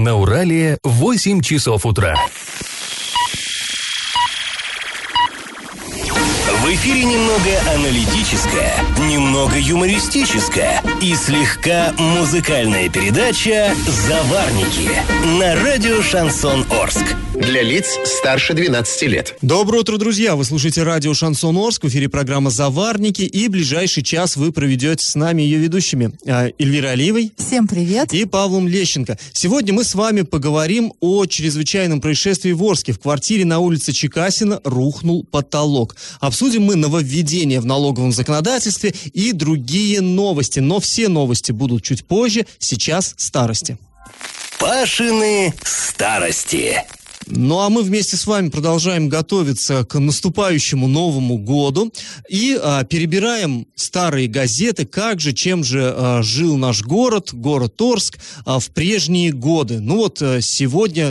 На Урале 8 часов утра. В эфире немного аналитическая, немного юмористическая и слегка музыкальная передача «Заварники» на радио «Шансон Орск». Для лиц старше 12 лет. Доброе утро, друзья! Вы слушаете радио «Шансон Орск», в эфире программа «Заварники», и ближайший час вы проведете с нами ее ведущими Эльвирой Алиевой. Всем привет! И Павлом Лещенко. Сегодня мы с вами поговорим о чрезвычайном происшествии в Орске. В квартире на улице Чекасина рухнул потолок. Обсудим мы нововведения в налоговом законодательстве и другие новости. Но все новости будут чуть позже, сейчас старости. Пашины старости. Ну, а мы вместе с вами продолжаем готовиться к наступающему Новому году и перебираем старые газеты, чем же жил наш город Орск, в прежние годы. Ну вот сегодня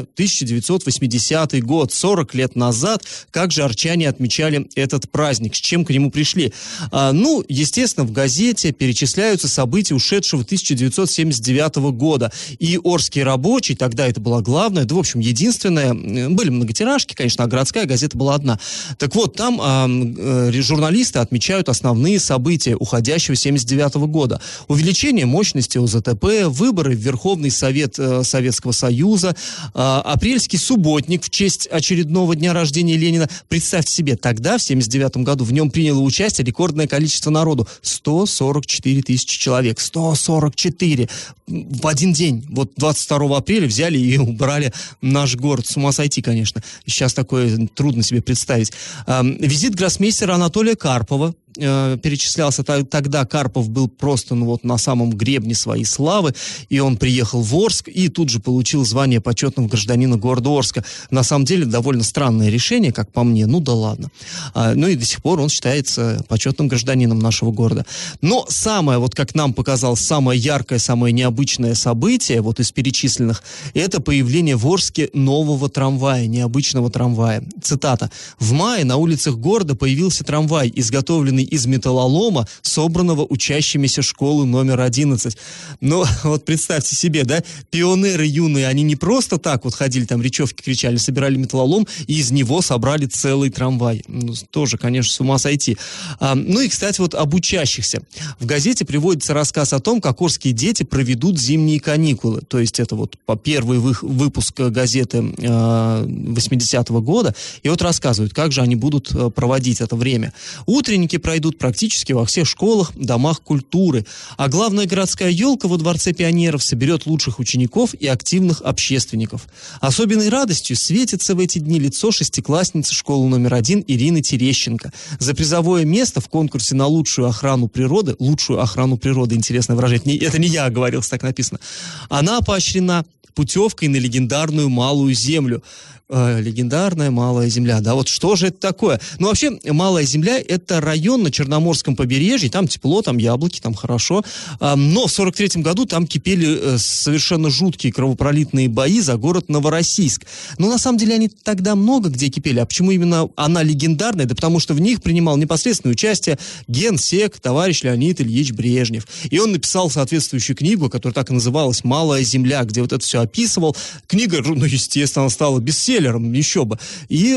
1980 год, 40 лет назад, как же орчане отмечали этот праздник, с чем к нему пришли? Ну, естественно, в газете перечисляются события ушедшего 1979 года. И Орский рабочий, тогда это было главное, да, в общем, единственное. Были многотиражки, конечно, а городская газета была одна. Так вот, там журналисты отмечают основные события уходящего 79 года. Увеличение мощности ОЗТП, выборы в Верховный Совет Советского Союза, апрельский субботник в честь очередного дня рождения Ленина. Представьте себе, тогда, в 79 году, в нем приняло участие рекордное количество народу. 144 тысячи человек. 144! В один день. Вот 22 апреля взяли и убрали наш город. С ума сойти, конечно. Сейчас такое трудно себе представить. Визит гроссмейстера Анатолия Карпова перечислялся. Тогда Карпов был просто на самом гребне своей славы, и он приехал в Орск и тут же получил звание почетного гражданина города Орска. На самом деле довольно странное решение, как по мне, ну да ладно. Ну и до сих пор он считается почетным гражданином нашего города. Но самое, как нам показалось, самое яркое, самое необычное событие из перечисленных, это появление в Орске нового трамвая, необычного трамвая. Цитата. «В мае на улицах города появился трамвай, изготовленный из металлолома, собранного учащимися школы номер 11. Ну, представьте себе, да, пионеры юные, они не просто так ходили, там речевки кричали, собирали металлолом, и из него собрали целый трамвай. Ну, тоже, конечно, с ума сойти. Ну и, кстати, об учащихся. В газете приводится рассказ о том, как орские дети проведут зимние каникулы. То есть это первый выпуск газеты 80-го года, и рассказывают, как же они будут проводить это время. Утренники пройдут практически во всех школах, домах культуры. А главная городская елка во Дворце пионеров соберет лучших учеников и активных общественников. Особенной радостью светится в эти дни лицо шестиклассницы школы номер 1 Ирины Терещенко. За призовое место в конкурсе на лучшую охрану природы, интересное выражение, это не я оговорился, так написано, она поощрена путевкой на легендарную Малую Землю. Легендарная Малая Земля. Да, что же это такое? Ну, вообще, Малая Земля — это район на Черноморском побережье, там тепло, там яблоки, там хорошо. Но в 43-м году там кипели совершенно жуткие кровопролитные бои за город Новороссийск. Но на самом деле они тогда много где кипели. А почему именно она легендарная? Да потому что в них принимал непосредственное участие генсек товарищ Леонид Ильич Брежнев. И он написал соответствующую книгу, которая так и называлась «Малая Земля», где это все описывал. Книга, естественно, стала бестселлером, еще бы. И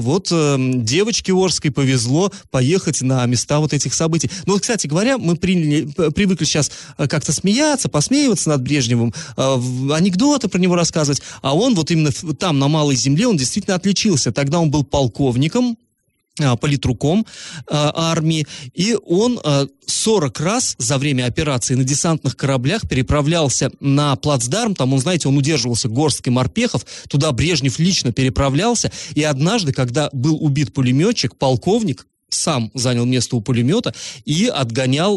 девочке Орской повезло поехать на места этих событий. Но, кстати говоря, мы привыкли сейчас как-то смеяться, посмеиваться над Брежневым, анекдоты про него рассказывать, а он именно там, на Малой Земле, он действительно отличился. Тогда он был полковником, политруком армии, и он 40 раз за время операции на десантных кораблях переправлялся на плацдарм, там он удерживался горсткой морпехов, туда Брежнев лично переправлялся, и однажды, когда был убит пулеметчик, полковник сам занял место у пулемета и отбивал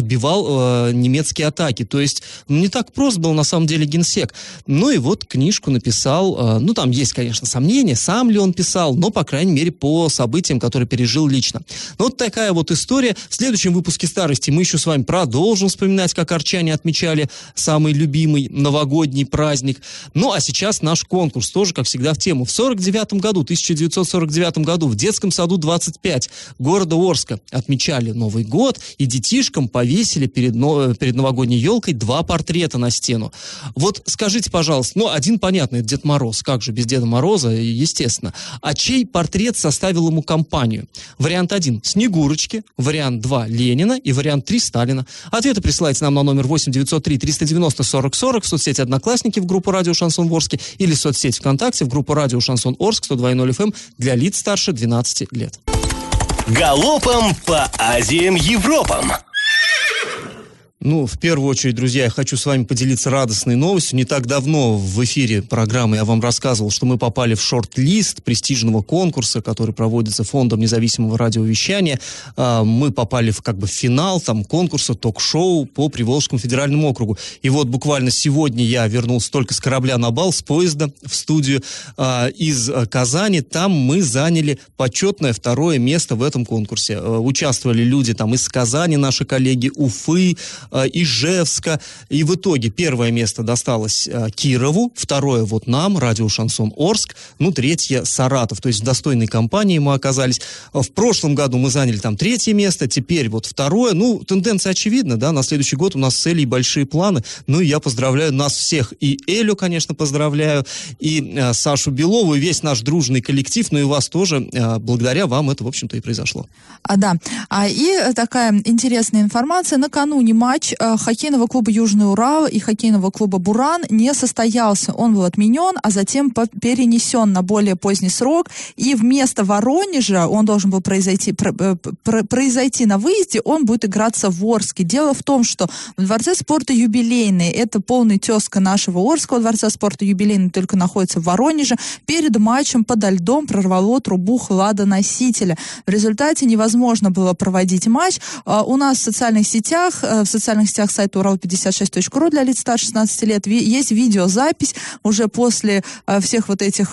немецкие атаки. То есть не так прост был на самом деле генсек. Ну и книжку написал, там есть, конечно, сомнения, сам ли он писал, но, по крайней мере, по событиям, которые пережил лично. Ну, такая история. В следующем выпуске «Старости» мы еще с вами продолжим вспоминать, как орчане отмечали самый любимый новогодний праздник. Ну, а сейчас наш конкурс, тоже, как всегда, в тему. В 1949 году в детском саду 25 города Орска отмечали Новый год, и детишкам повесили перед новогодней елкой 2 портрета на стену. Вот скажите, пожалуйста, один понятный, это Дед Мороз, как же без Деда Мороза, естественно. А чей портрет составил ему компанию? Вариант 1 – Снегурочки, вариант 2 – Ленина и вариант 3 – Сталина. Ответы присылайте нам на номер 8 903 390 40 40 в соцсети «Одноклассники» в группу «Радио Шансон Орске» или в соцсети ВКонтакте в группу «Радио Шансон Орск» 102.0 FM для лиц старше 12 лет. Галопом по Азиям Европам. В первую очередь, друзья, я хочу с вами поделиться радостной новостью. Не так давно в эфире программы я вам рассказывал, что мы попали в шорт-лист престижного конкурса, который проводится Фондом независимого радиовещания. Мы попали в финал конкурса ток-шоу по Приволжскому федеральному округу. И вот буквально сегодня я вернулся только с корабля на бал, с поезда в студию из Казани. Там мы заняли почетное 2-е место в этом конкурсе. Участвовали люди из Казани, наши коллеги, Уфы, Ижевска. И в итоге 1-е место досталось Кирову, 2-е нам, Радио Шансон Орск, 3-е Саратов. То есть в достойной компании мы оказались. В прошлом году мы заняли 3-е место, теперь 2-е. Тенденция очевидна, да, на следующий год у нас с Элей большие планы. И я поздравляю нас всех. И Элю, конечно, поздравляю, и Сашу Белову, и весь наш дружный коллектив, и вас тоже. Благодаря вам это, в общем-то, и произошло. Да. И такая интересная информация. Накануне матч хоккейного клуба «Южный Урал» и хоккейного клуба «Буран» не состоялся. Он был отменен, а затем перенесен на более поздний срок. И вместо Воронежа он должен был произойти на выезде, он будет играться в Орске. Дело в том, что в Дворце спорта «Юбилейный», это полный тезка нашего Орского Дворца спорта «Юбилейный», только находится в Воронеже, перед матчем подо льдом прорвало трубу хладоносителя. В результате невозможно было проводить матч. У нас в социальных сетях сайта урал56.ру для лиц старше 16 лет есть видеозапись уже после всех этих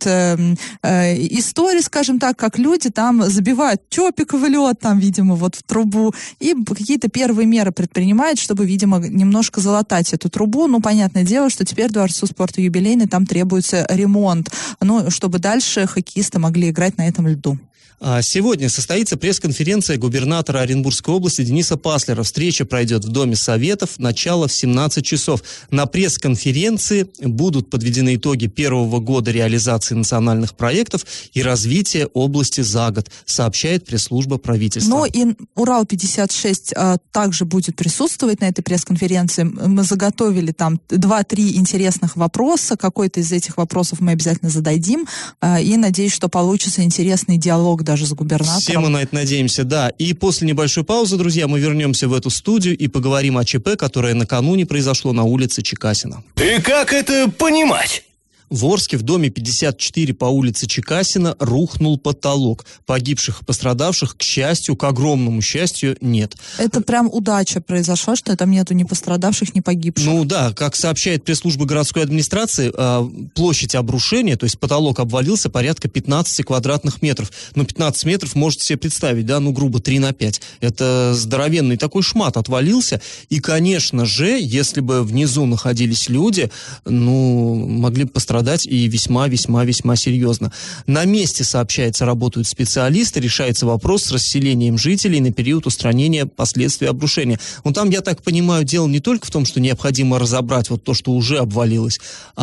историй, скажем так, как люди там забивают чопик в лед, видимо, в трубу, и какие-то первые меры предпринимают, чтобы, видимо, немножко залатать эту трубу. Понятное дело, что теперь Дворцу спорта «Юбилейный» там требуется ремонт, чтобы дальше хоккеисты могли играть на этом льду. Сегодня состоится пресс-конференция губернатора Оренбургской области Дениса Паслера. Встреча пройдет в Доме Советов, начало в 17 часов. На пресс-конференции будут подведены итоги 1-го года реализации национальных проектов и развития области за год, сообщает пресс-служба правительства. И Урал-56 также будет присутствовать на этой пресс-конференции. Мы заготовили 2-3 интересных вопроса. Какой-то из этих вопросов мы обязательно зададим. И надеюсь, что получится интересный диалог даже с губернатором. Все мы на это надеемся, да. И после небольшой паузы, друзья, мы вернемся в эту студию и поговорим о ЧП, которое накануне произошло на улице Чекасина. И как это понимать? В Орске в доме 54 по улице Чекасина рухнул потолок. Погибших и пострадавших, к счастью, к огромному счастью, нет. Это прям удача произошла, что там нету ни пострадавших, ни погибших. Как сообщает пресс-служба городской администрации, площадь обрушения, то есть потолок обвалился порядка 15 квадратных метров. 15 метров можете себе представить, да, грубо 3/5. Это здоровенный такой шмат отвалился. И, конечно же, если бы внизу находились люди, могли бы пострадать и весьма-весьма-весьма серьезно. На месте, сообщается, работают специалисты, решается вопрос с расселением жителей на период устранения последствий обрушения. Там, я так понимаю, дело не только в том, что необходимо разобрать то, что уже обвалилось,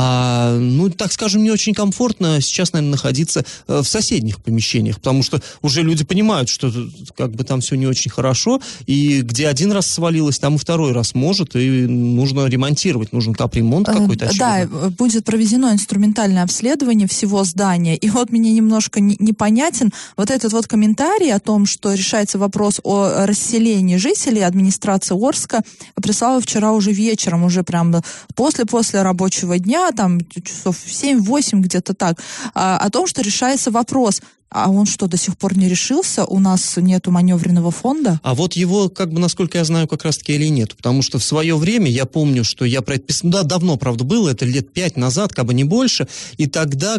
а, так скажем, не очень комфортно сейчас, наверное, находиться в соседних помещениях, потому что уже люди понимают, что там все не очень хорошо, и где один раз свалилось, там и 2-й раз может, и нужно ремонтировать, нужен капремонт какой-то очевидно. Да, будет проведено инструментальное обследование всего здания. И мне немножко непонятен этот комментарий о том, что решается вопрос о расселении жителей. Администрация Орска прислала вчера уже вечером, уже прям после рабочего дня, часов 7-8, где-то так, о том, что решается вопрос. А он что, до сих пор не решился? У нас нету маневренного фонда? А его, насколько я знаю, как раз-таки или нет. Потому что в свое время, я помню, что я про это писал, давно, правда, было, это лет 5 назад, не больше, и тогда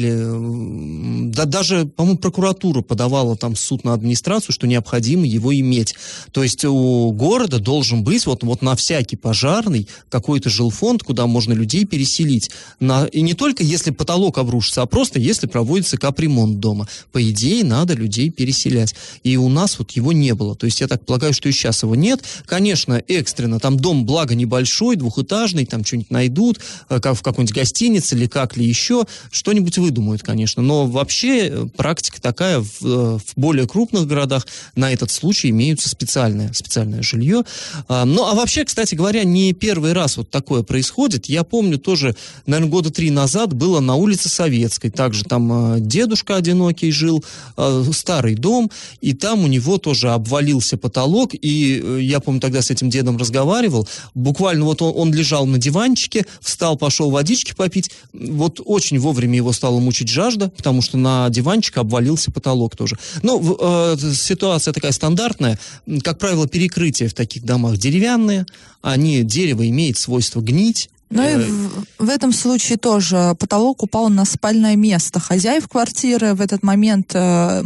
говорили, даже, по-моему, прокуратура подавала в суд на администрацию, что необходимо его иметь. То есть у города должен быть на всякий пожарный какой-то жилфонд, куда можно людей переселить. И не только если потолок обрушится, а просто если проводится капремонт дома. по идее, надо людей переселять. И у нас вот его не было. То есть я так полагаю, что и сейчас его нет. Конечно, экстренно, там дом, благо, небольшой, двухэтажный, там что-нибудь найдут, как в какой-нибудь гостинице или как ли еще, что-нибудь выдумают, конечно. Но вообще практика такая, в более крупных городах на этот случай имеются специальное жилье. Ну, а вообще, кстати говоря, не первый раз вот такое происходит. Я помню тоже, наверное, года 3 назад было на улице Советской. Также там дедушка одинокий жил, старый дом, и там у него тоже обвалился потолок, и я помню, тогда с этим дедом разговаривал. Буквально вот он лежал на диванчике, встал, пошел водички попить. Вот очень вовремя его стала мучить жажда, потому что на диванчик обвалился потолок тоже. Ну, ситуация такая стандартная. Как правило, перекрытия в таких домах деревянные, дерево имеет свойство гнить. Ну и в этом случае тоже потолок упал на спальное место хозяев квартиры. В этот момент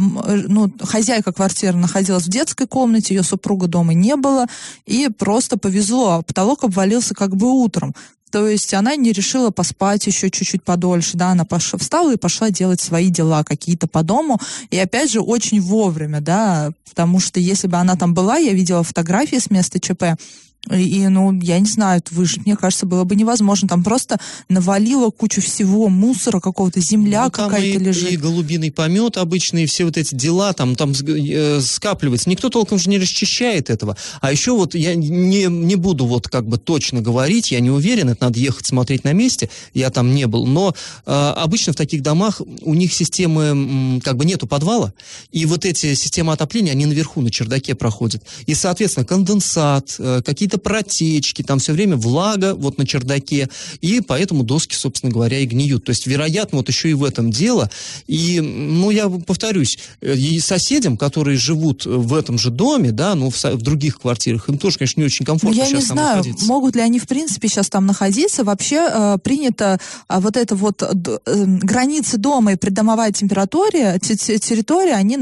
хозяйка квартиры находилась в детской комнате, ее супруга дома не было, и просто повезло. Потолок обвалился как бы утром. То есть она не решила поспать еще чуть-чуть подольше, да, она встала и пошла делать свои дела какие-то по дому, и опять же очень вовремя, да, потому что если бы она там была, я видела фотографии с места ЧП, и, я не знаю, выжить, мне кажется, было бы невозможно. Там просто навалило кучу всего, мусора какого-то, земля какая-то лежит. И голубиный помет обычный, и все вот эти дела там скапливаются. Никто толком же не расчищает этого. А еще вот я не буду вот как бы точно говорить, я не уверен, это надо ехать смотреть на месте, я там не был, но обычно в таких домах у них системы, как бы нету подвала, и вот эти системы отопления, они наверху, на чердаке проходят. И, соответственно, конденсат, какие-то протечки, там все время влага вот на чердаке, и поэтому доски, собственно говоря, и гниют. То есть, вероятно, вот еще и в этом дело. И, я повторюсь, и соседям, которые живут в этом же доме, да, в других квартирах, им тоже, конечно, не очень комфортно сейчас там находиться. Я не знаю, могут ли они, в принципе, сейчас там находиться. Вообще принято вот это вот границы дома и придомовая территория, они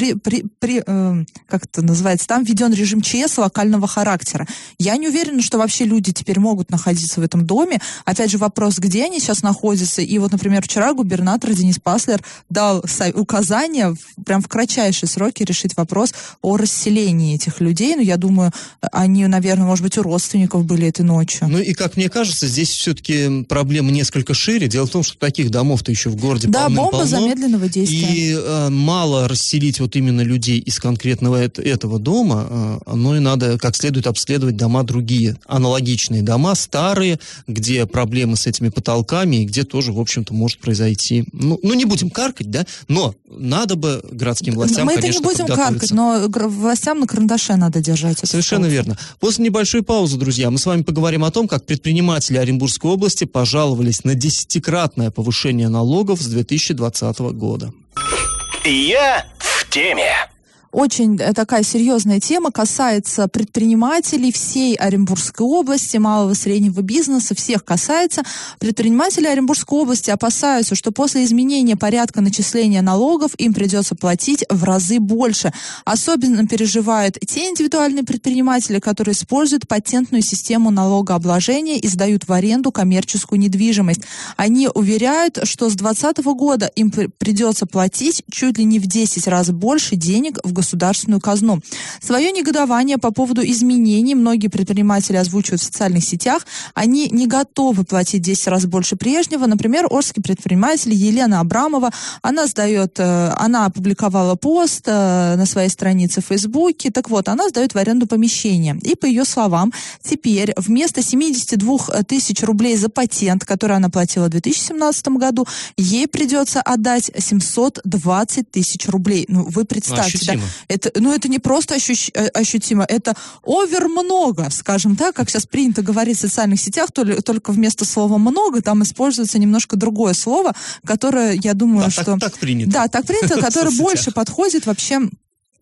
как это называется, там введен режим ЧС локального характера. Я не уверена, что вообще люди теперь могут находиться в этом доме. Опять же, вопрос, где они сейчас находятся. И вот, например, вчера губернатор Денис Паслер дал указание прям в кратчайшие сроки решить вопрос о расселении этих людей. Я думаю, они, наверное, может быть, у родственников были этой ночью. И, как мне кажется, здесь все-таки проблема несколько шире. Дело в том, что таких домов-то еще в городе полным-полно. Да, бомба замедленного действия. И мало расселить вот именно людей из конкретного этого дома, и надо как следует обследовать дома другие, аналогичные дома, старые, где проблемы с этими потолками, и где тоже, в общем-то, может произойти. Не будем каркать, да, но надо бы городским властям, конечно, мы это не будем каркать, но властям на карандаше надо держать. Совершенно верно. После небольшой паузы, друзья, мы с вами поговорим о том, как предприниматели Оренбургской области пожаловались на 10-кратное повышение налогов с 2020 года. Я в теме. Очень такая серьезная тема, касается предпринимателей всей Оренбургской области, малого и среднего бизнеса, всех касается. Предприниматели Оренбургской области опасаются, что после изменения порядка начисления налогов им придется платить в разы больше. Особенно переживают те индивидуальные предприниматели, которые используют патентную систему налогообложения и сдают в аренду коммерческую недвижимость. Они уверяют, что с 2020 года им придется платить чуть ли не в 10 раз больше денег в государственную казну. Свое негодование по поводу изменений многие предприниматели озвучивают в социальных сетях. Они не готовы платить 10 раз больше прежнего. Например, орский предприниматель Елена Абрамова, она опубликовала пост на своей странице в Фейсбуке. Так вот, она сдает в аренду помещение. И по ее словам, теперь вместо 72 тысяч рублей за патент, который она платила в 2017 году, ей придется отдать 720 тысяч рублей. Вы представьте, да? Это не просто ощутимо, это овер много, скажем так, как сейчас принято говорить в социальных сетях, только вместо слова много там используется немножко другое слово, которое, я думаю, что... Так принято. Да, так принято, которое больше подходит вообще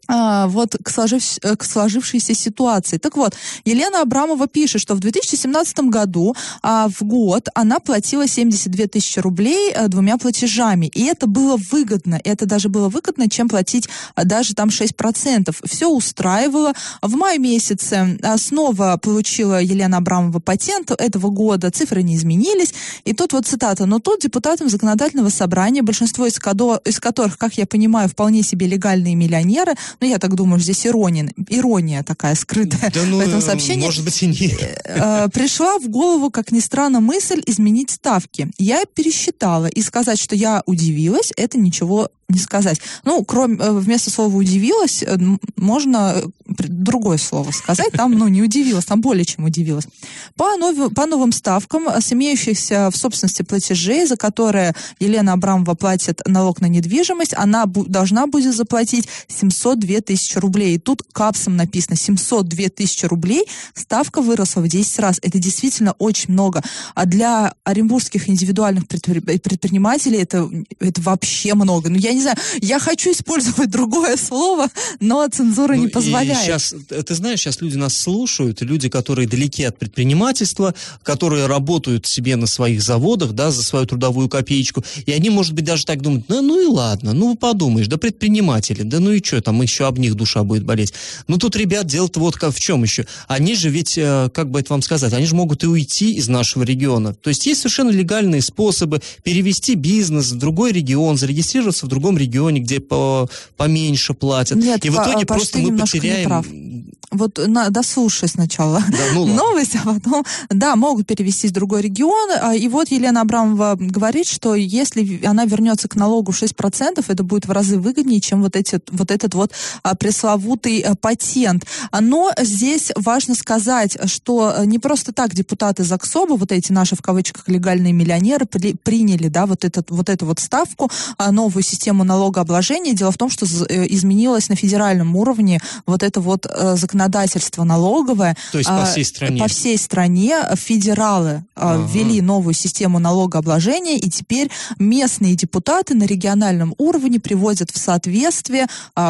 вот к сложившейся ситуации. Так вот, Елена Абрамова пишет, что в 2017 году в год она платила 72 тысячи рублей двумя платежами. И это было выгодно. Это даже было выгодно, чем платить даже там 6%. Все устраивало. В мае месяце снова получила Елена Абрамова патент этого года. Цифры не изменились. И тут вот цитата. «Но тут депутатам законодательного собрания, большинство из которых, как я понимаю, вполне себе легальные миллионеры», ну, я так думаю, здесь ирония такая скрытая в этом сообщении. Может быть и нет. Пришла в голову, как ни странно, мысль изменить ставки. Я пересчитала, и сказать, что я удивилась, это ничего не сказать. Ну, вместо слова «удивилась» можно другое слово сказать. Там, не удивилась, там более чем удивилась. По новым ставкам с имеющихся в собственности платежей, за которые Елена Абрамова платит налог на недвижимость, она должна будет заплатить 702 тысячи рублей. И тут капсом написано 702 тысячи рублей. Ставка выросла в 10 раз. Это действительно очень много. А для оренбургских индивидуальных предпринимателей это вообще много. Я не знаю, я хочу использовать другое слово, но цензура не позволяет. Сейчас, ты знаешь, сейчас люди нас слушают, люди, которые далеки от предпринимательства, которые работают себе на своих заводах, да, за свою трудовую копеечку, и они, может быть, даже так думают, ну и ладно, подумаешь, да предприниматели, да и что, там еще об них душа будет болеть. Тут, ребят, дело-то вот в чем еще. Они же ведь, как бы это вам сказать, они же могут и уйти из нашего региона. То есть совершенно легальные способы перевести бизнес в другой регион, зарегистрироваться в другом регионе, где поменьше платят. Нет, и в итоге просто мы потеряем... Вот дослушай сначала новость, а потом, могут перевести в другой регион. И вот Елена Абрамова говорит, что если она вернется к налогу 6%, это будет в разы выгоднее, чем вот этот пресловутый патент. Но здесь важно сказать, что не просто так депутаты Заксоба, вот эти наши в кавычках легальные миллионеры, приняли, вот эту ставку, новую систему налогообложения. Дело в том, что изменилось на федеральном уровне вот это законодательство налоговое. То есть по всей стране? По всей стране федералы ввели новую систему налогообложения, и теперь местные депутаты на региональном уровне приводят в соответствие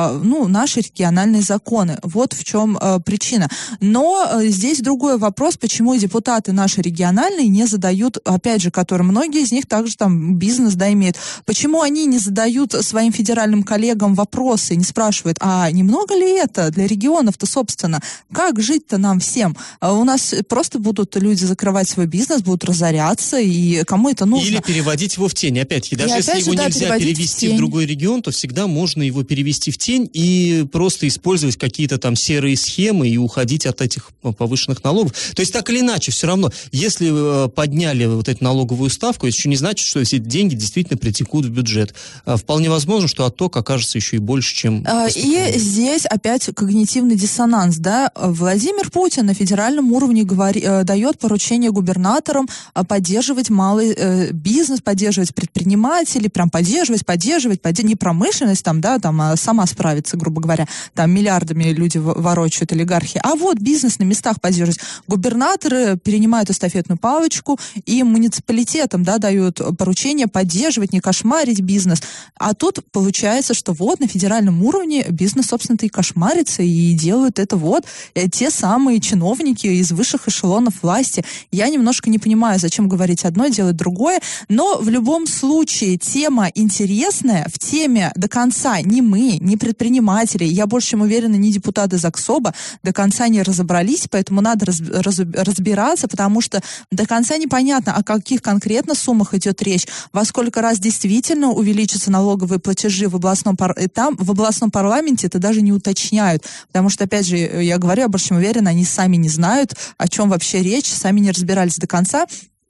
наши региональные законы. Вот в чем причина. Но здесь другой вопрос, почему депутаты наши региональные не задают, опять же, которые многие из них также там бизнес имеют, почему они не задают своим федеральным коллегам вопросы, не спрашивают, а немного ли это для регионов-то, собственно, как жить-то нам всем? У нас просто будут люди закрывать свой бизнес, будут разоряться, и кому это нужно? Или переводить его в тень. Опять-таки, даже если его нельзя перевести в другой регион, то всегда можно его перевести в тень и просто использовать какие-то там серые схемы и уходить от этих повышенных налогов. То есть так или иначе, все равно, если подняли вот эту налоговую ставку, это еще не значит, что все эти деньги действительно притекут в бюджет. Вполне возможно, что отток окажется еще и больше, чем... И здесь опять когнитивный диссонанс. Владимир Путин на федеральном уровне дает поручение губернаторам поддерживать малый бизнес, поддерживать предпринимателей, прям поддерживать, не промышленность а сама справится, грубо говоря, там миллиардами люди ворочают, олигархи, а вот бизнес на местах поддерживать. Губернаторы перенимают эстафетную палочку и муниципалитетам дают поручение поддерживать, не кошмарить бизнес. А тут получается, что на федеральном уровне бизнес, собственно-то, и кошмарится, и делают это те самые чиновники из высших эшелонов власти. Я немножко не понимаю, зачем говорить одно, делать другое, но в любом случае тема интересная, в теме до конца ни мы, ни предприниматели, я больше чем уверена, ни депутаты Заксоба до конца не разобрались, поэтому надо разбираться, потому что до конца непонятно, о каких конкретно суммах идет речь, во сколько раз действительно увеличатся налоговые платежи в областном парламенте, это даже не уточняют, потому что, опять же, я говорю, я больше чем уверена, они сами не знают, о чем вообще речь, сами не разбирались до конца.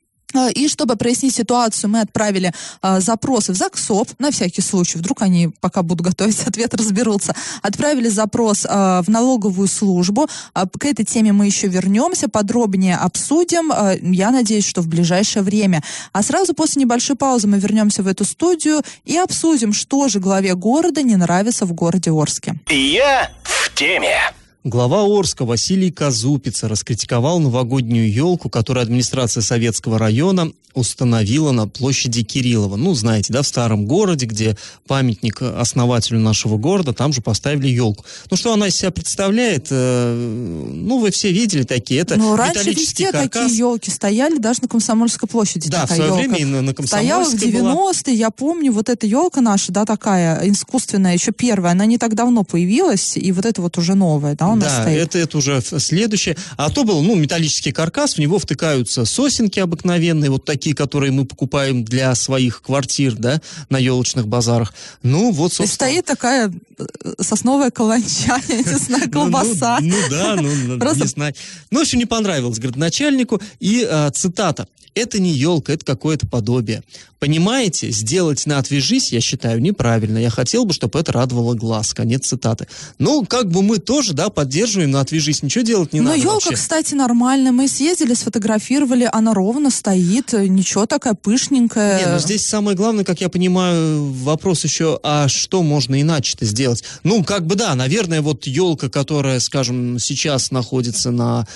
И чтобы прояснить ситуацию, мы отправили запросы в Заксоб, на всякий случай, вдруг они, пока будут готовить ответ, разберутся. Отправили запрос в налоговую службу. К этой теме мы еще вернемся, подробнее обсудим. Я надеюсь, что в ближайшее время. А сразу после небольшой паузы мы вернемся в эту студию и обсудим, что же главе города не нравится в городе Орске. Я в теме. Глава Орска Василий Казупица раскритиковал новогоднюю елку, которую администрация Советского района установила на площади Кириллова. Ну, знаете, да, в старом городе, где памятник основателю нашего города, там же поставили елку. Ну, что она из себя представляет? Ну, вы все видели такие. Это металлический каркас. Раньше везде такие елки стояли, даже на Комсомольской площади. Да, в свое время и на Комсомольской стояла в 90-е, я помню, вот эта елка наша, да, такая искусственная, еще первая, она не так давно появилась, и вот это вот уже новая, да, у нас стоит. Да, это уже следующее. А то был, металлический каркас, в него втыкаются сосенки обыкновенные, вот такие, которые мы покупаем для своих квартир, да, на елочных базарах. Ну, вот, собственно... И стоит такая сосновая каланча, я не знаю, колбаса. Не знаю. Ну, в общем, не понравилось градоначальнику. И цитата. «Это не елка, это какое-то подобие. Понимаете, сделать на «отвяжись», я считаю, неправильно. Я хотел бы, чтобы это радовало глаз». Конец цитаты. Ну, как бы мы тоже, да, поддерживаем на «отвяжись». Ничего делать не надо. Но елка, кстати, нормальная. Мы съездили, сфотографировали, она ровно стоит. Ничего, такая пышненькая. Не, ну здесь самое главное, как я понимаю, вопрос еще, а что можно иначе-то сделать? Ну, как бы да, наверное, вот елка, которая, скажем, сейчас находится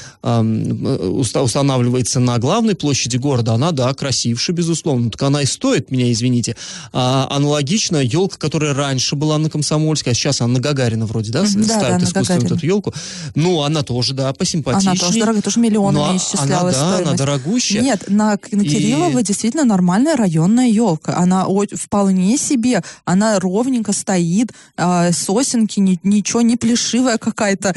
устанавливается на главной площади города, она, да, красивше, безусловно. Так она и стоит, меня извините. Аналогично, елка, которая раньше была на Комсомольской, а сейчас она на Гагарина вроде, да, ставят искусственную эту елку. Ну, она тоже, да, посимпатичнее. Она тоже дорогая, тоже миллионами исчислялась стоимость. Она дорогущая. Нет, на Кириллова действительно нормальная районная елка. Она вполне себе, она ровненько стоит, сосенки, ничего, не плешивая какая-то.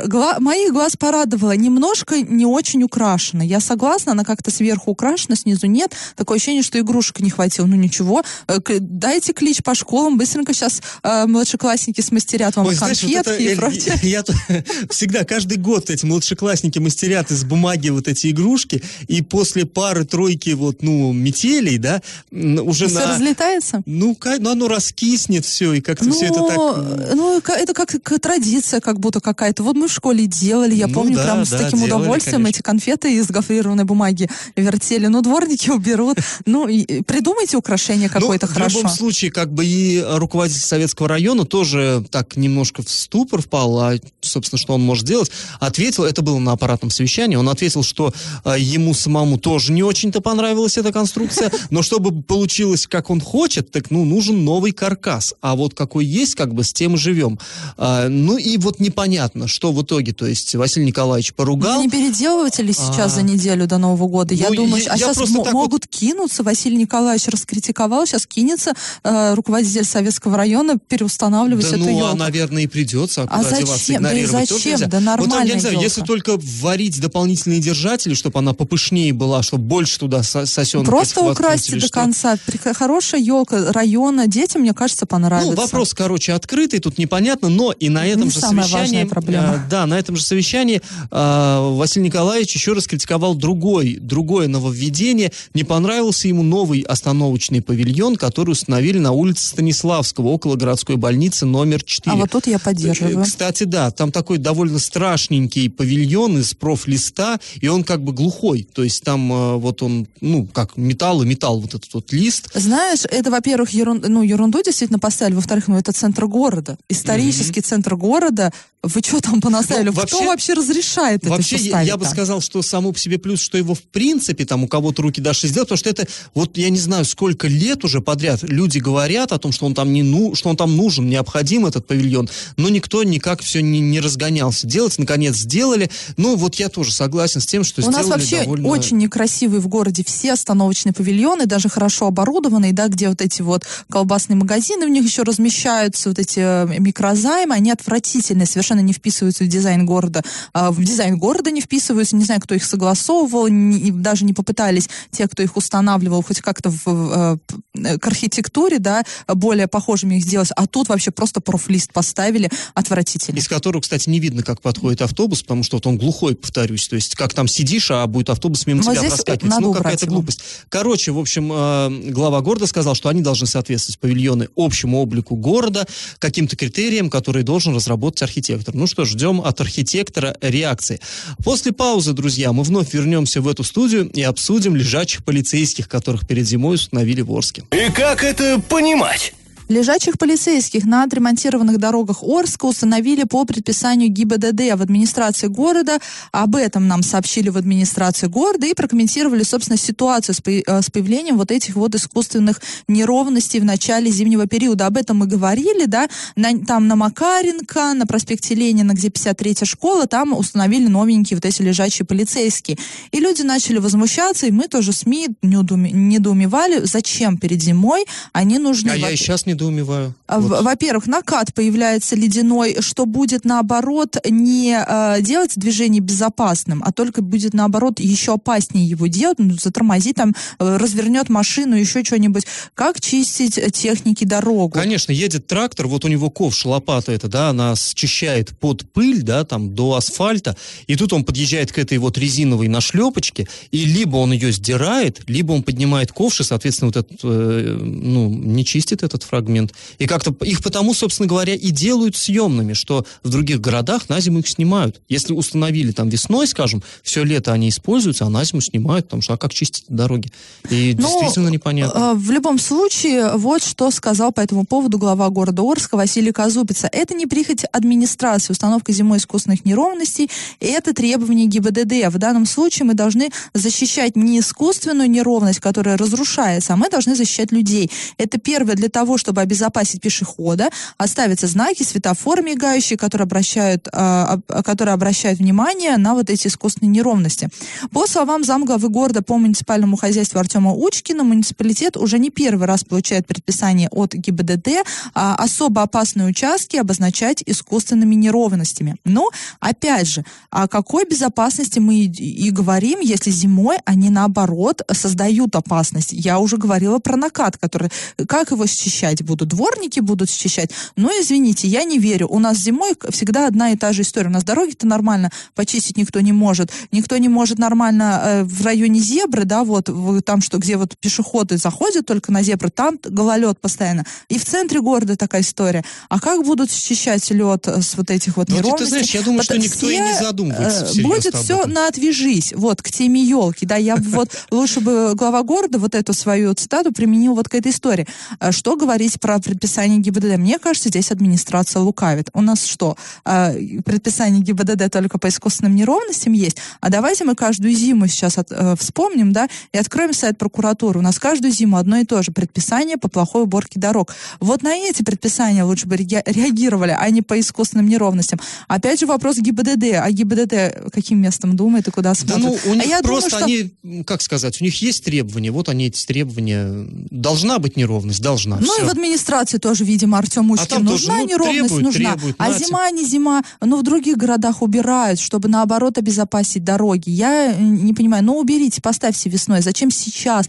Моих глаз порадовала. Немножко не очень украшена. Я согласна, она как-то сверху украшена, снизу нет. Такое ощущение, что игрушек не хватило. Ну ничего, дайте клич по школам, быстренько сейчас младшеклассники смастерят вам конфетки и прочее. Я всегда, каждый год эти младшеклассники мастерят из бумаги вот эти игрушки, и после пары-тройки метелей, да, уже все разлетается? Ну, оно раскиснет все, и как-то все это так... Ну, это как традиция как будто какая-то. Вот мы в школе делали, я помню, прям с таким удовольствием эти конфеты из гофрированной бумаги вертели. Ну, дворники уберут. Ну, придумайте украшение какое-то хорошо. В любом случае, как бы и руководитель Советского района тоже так немножко в ступор впал, а, собственно, что он может делать, ответил, это было на аппаратном совещании, он ответил, что ему самому тоже не очень-то понравилась эта конструкция, но чтобы получилось, как он хочет, так, нужен новый каркас. А вот какой есть, как бы с тем и живем. Ну, и вот непонятно, что в итоге, то есть Василий Николаевич поругал. Не переделывать ли сейчас за неделю до Нового года? Я думаю, сейчас могут кинуться, Василий Николаевич раскритиковал, сейчас кинется руководитель Советского района переустанавливать эту елку. Наверное, и придется, а куда деваться, игнорировать тоже нельзя. Да нормально. Вот я не знаю, если только варить дополнительные держатели, чтобы она попышнее была, чтобы больше туда сосенок. Просто украсьте до конца. Хорошая елка района, детям, мне кажется, понравится. Вопрос, открытый, тут непонятно, но и на этом же совещании... Да, на этом же совещании Василий Николаевич еще раз критиковал другое нововведение. Не понравился ему новый остановочный павильон, который установили на улице Станиславского, около городской больницы номер 4. А вот тут я поддерживаю. Кстати, да, там такой довольно страшненький павильон из профлиста, и он как бы глухой. То есть там вот он, как металл, вот этот вот лист. Знаешь, это, во-первых, ерунду действительно поставили, во-вторых, это центр города. Исторический центр города. Вы что там понаставили? Кто вообще разрешает это все ставить? Я бы сказал, что само по себе плюс, что его в принципе там у кого-то руки дошли сделать, потому что это, вот я не знаю, сколько лет уже подряд люди говорят о том, что он там что он там нужен, необходим этот павильон, но никто никак все не разгонялся. Делать, наконец, сделали. Ну, вот я тоже согласен с тем, что сделали довольно... У нас вообще очень некрасивые в городе все остановочные павильоны, даже хорошо оборудованные, да, где вот эти вот колбасные магазины в них еще размещаются, вот эти микрозаймы, они отвратительные, совершенно не вписываются в дизайн города. В дизайн города не вписываются, не знаю, кто их согласовывал, даже не попытались те, кто их устанавливал, хоть как-то к архитектуре, да, более похожими их сделать, а тут вообще просто профлист поставили, отвратительно. Из которого, кстати, не видно, как подходит автобус, потому что вот он глухой, повторюсь, то есть как там сидишь, а будет автобус мимо тебя проскакивать. Какая-то глупость. Короче, в общем, глава города сказал, что они должны соответствовать павильоны общему облику города, каким-то критериям, которые должен разработать архитектор. Ну что ж, ждем от архитектора реакции. После паузы, друзья, мы вновь вернемся в эту студию и обсудим лежачих полицейских, которых перед зимой установили в Орске. И как это понимать? Лежачих полицейских на отремонтированных дорогах Орска установили по предписанию ГИБДД в администрации города. Об этом нам сообщили в администрации города и прокомментировали, собственно, ситуацию с появлением вот этих вот искусственных неровностей в начале зимнего периода. Об этом мы говорили, да, там на Макаренко, на проспекте Ленина, где 53-я школа, там установили новенькие вот эти лежачие полицейские. И люди начали возмущаться, и мы тоже, СМИ, недоумевали, зачем перед зимой они нужны. А я и сейчас недоумеваю. Во-первых, накат появляется ледяной, что будет, наоборот, не делать движение безопасным, а только будет, наоборот, еще опаснее его делать, затормозит, там, развернет машину, еще что-нибудь. Как чистить техники дорогу? Конечно, едет трактор, вот у него ковш, лопата эта, да, она счищает под пыль, да, там, до асфальта, и тут он подъезжает к этой вот резиновой нашлепочке, и либо он ее сдирает, либо он поднимает ковш, и, соответственно, вот этот, не чистит этот фрагмент. И как-то их потому, собственно говоря, и делают съемными, что в других городах на зиму их снимают. Если установили там весной, скажем, все лето они используются, а на зиму снимают, потому что, а как чистить дороги? И действительно непонятно. В любом случае, вот что сказал по этому поводу глава города Орска Василий Казупица. Это не прихоть администрации, установка зимой искусственных неровностей, это требование ГИБДД. В данном случае мы должны защищать не искусственную неровность, которая разрушается, а мы должны защищать людей. Это первое для того, чтобы обезопасить пешехода, оставятся знаки, светофоры мигающие, которые обращают внимание на вот эти искусственные неровности. По словам замглавы города по муниципальному хозяйству Артема Учкина, муниципалитет уже не первый раз получает предписание от ГИБДД особо опасные участки обозначать искусственными неровностями. Но, опять же, о какой безопасности мы и говорим, если зимой они, наоборот, создают опасность? Я уже говорила про накат, который, как его счищать будут? Дворники будут счищать? Ну, извините, я не верю. У нас зимой всегда одна и та же история. У нас дороги-то нормально почистить никто не может. Никто не может нормально в районе зебры, да, вот там, где вот пешеходы заходят только на зебру, там гололед постоянно. И в центре города такая история. А как будут счищать лед с вот этих вот неровностей? Ты знаешь, я думаю, что никто и не задумывается всерьез. Будет все на «отвяжись», вот, к теме елки, да, я вот лучше бы глава города вот эту свою цитату применил вот к этой истории. Что говорить про предписание ГИБДД? Мне кажется, здесь администрация лукавит. У нас что, предписание ГИБДД только по искусственным неровностям есть? А давайте мы каждую зиму сейчас вспомним, да, и откроем сайт прокуратуры. У нас каждую зиму одно и то же предписание по плохой уборке дорог. Вот на эти предписания лучше бы реагировали, а не по искусственным неровностям. Опять же вопрос ГИБДД. А ГИБДД каким местом думает и куда смотрит? Да, ну, у них просто думаю, они, как сказать, у них есть требования, вот они эти требования. Должна быть неровность, должна. Ну все. И в администрации тоже, видимо, Артем Учкин нужна неровность, нужна. А зима, не зима, но в других городах убирают, чтобы наоборот обезопасить дороги. Я не понимаю, ну уберите, поставьте весной. Зачем сейчас?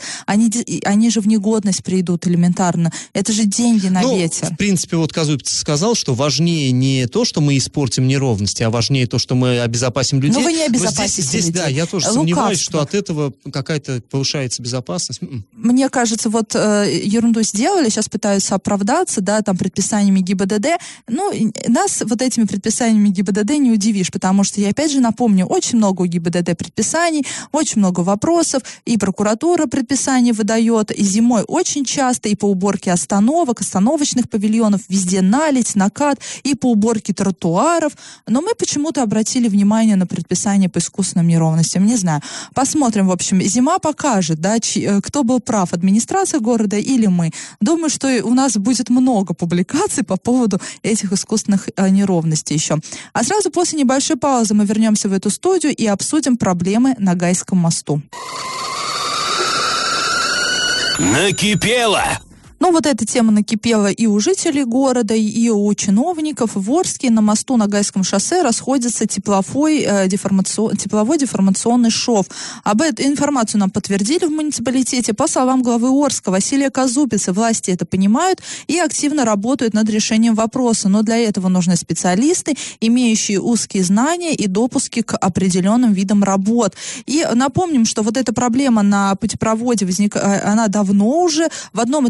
Они же в негодность придут элементарно. Это же деньги на ветер. В принципе, вот Казупиц сказал, что важнее не то, что мы испортим неровности, а важнее то, что мы обезопасим людей. Но вы не обезопасите здесь, людей. Да, я тоже сомневаюсь, что от этого какая-то повышается безопасность. Мне кажется, вот ерунду сделали, сейчас пытаются оправдаться, да, там, предписаниями ГИБДД. Ну, нас вот этими предписаниями ГИБДД не удивишь, потому что, я опять же напомню, очень много у ГИБДД предписаний, очень много вопросов, и прокуратура предписания выдает, и зимой очень часто, и по уборке остановок, остановочных павильонов, везде наледь, накат, и по уборке тротуаров. Но мы почему-то обратили внимание на предписание по искусственным неровностям. Не знаю. Посмотрим, в общем. Зима покажет, да, кто был прав, администрация города или мы. Думаю, что у нас будет много публикаций по поводу этих искусственных неровностей еще. А сразу после небольшой паузы мы вернемся в эту студию и обсудим проблемы на Гайском мосту. Накипело! Ну, вот эта тема накипела и у жителей города, и у чиновников. В Орске на мосту на Гайском шоссе расходится тепловой деформационный шов. Об этой информацию нам подтвердили в муниципалитете. По словам главы Орска Василия Казупица, власти это понимают и активно работают над решением вопроса. Но для этого нужны специалисты, имеющие узкие знания и допуски к определенным видам работ. И напомним, что вот эта проблема на путепроводе она давно уже в одном и том же месте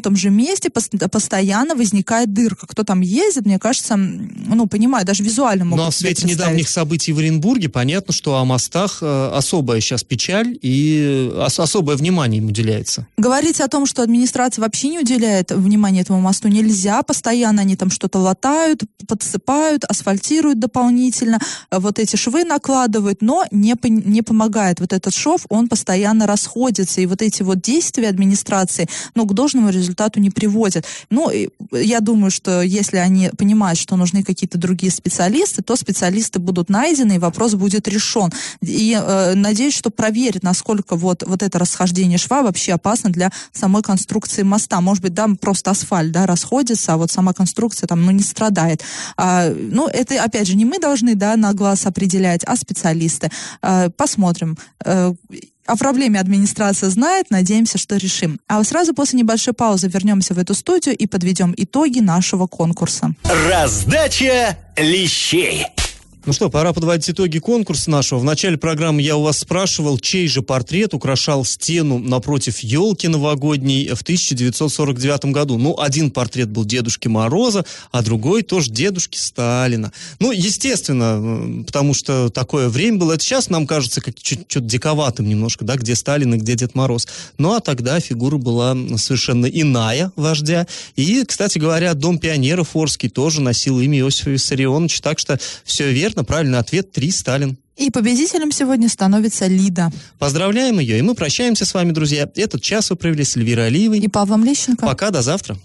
месте постоянно возникает дырка. Кто там ездит, мне кажется, понимаю, даже визуально могут Ну, а в свете недавних событий в Оренбурге понятно, что о мостах особая сейчас печаль и особое внимание им уделяется. Говорить о том, что администрация вообще не уделяет внимания этому мосту, нельзя. Постоянно они там что-то латают, подсыпают, асфальтируют дополнительно, вот эти швы накладывают, но не помогает. Вот этот шов, он постоянно расходится, и вот эти вот действия администрации, к должному результату не приводят. Я думаю, что если они понимают, что нужны какие-то другие специалисты, то специалисты будут найдены, и вопрос будет решен. И надеюсь, что проверят, насколько вот это расхождение шва вообще опасно для самой конструкции моста. Может быть, просто асфальт, расходится, а вот сама конструкция там, не страдает. Это, опять же, не мы должны, на глаз определять, а специалисты. Посмотрим. О проблеме администрация знает, надеемся, что решим. А сразу после небольшой паузы вернемся в эту студию и подведем итоги нашего конкурса. Раздача лещей. Ну что, пора подводить итоги конкурса нашего. В начале программы я у вас спрашивал, чей же портрет украшал стену напротив елки новогодней в 1949 году. Один портрет был Дедушки Мороза, а другой тоже Дедушки Сталина. Естественно, потому что такое время было. Это сейчас нам кажется как что-то диковатым немножко, где Сталин и где Дед Мороз. А тогда фигура была совершенно иная, вождя. И, кстати говоря, Дом пионеров Орский тоже носил имя Иосифа Виссарионовича. Так что все верно. Правильный ответ 3 Сталин. И победителем сегодня становится Лида. Поздравляем ее, и мы прощаемся с вами, друзья. Этот час вы провели с Эльвирой Алиевой и Павлом Лещенко. Пока, до завтра.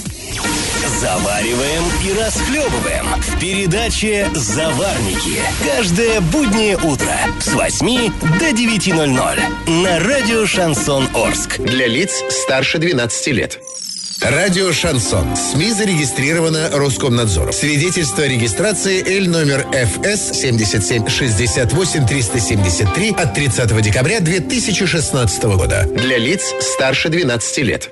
Завариваем и расхлебываем в передаче «Заварники». Каждое буднее утро с 8 до 9:00 на радио «Шансон Орск». Для лиц старше 12 лет. Радио «Шансон». СМИ зарегистрировано Роскомнадзором. Свидетельство о регистрации Л номер ФС 7768 373 от 30 декабря 2016 года. Для лиц старше 12 лет.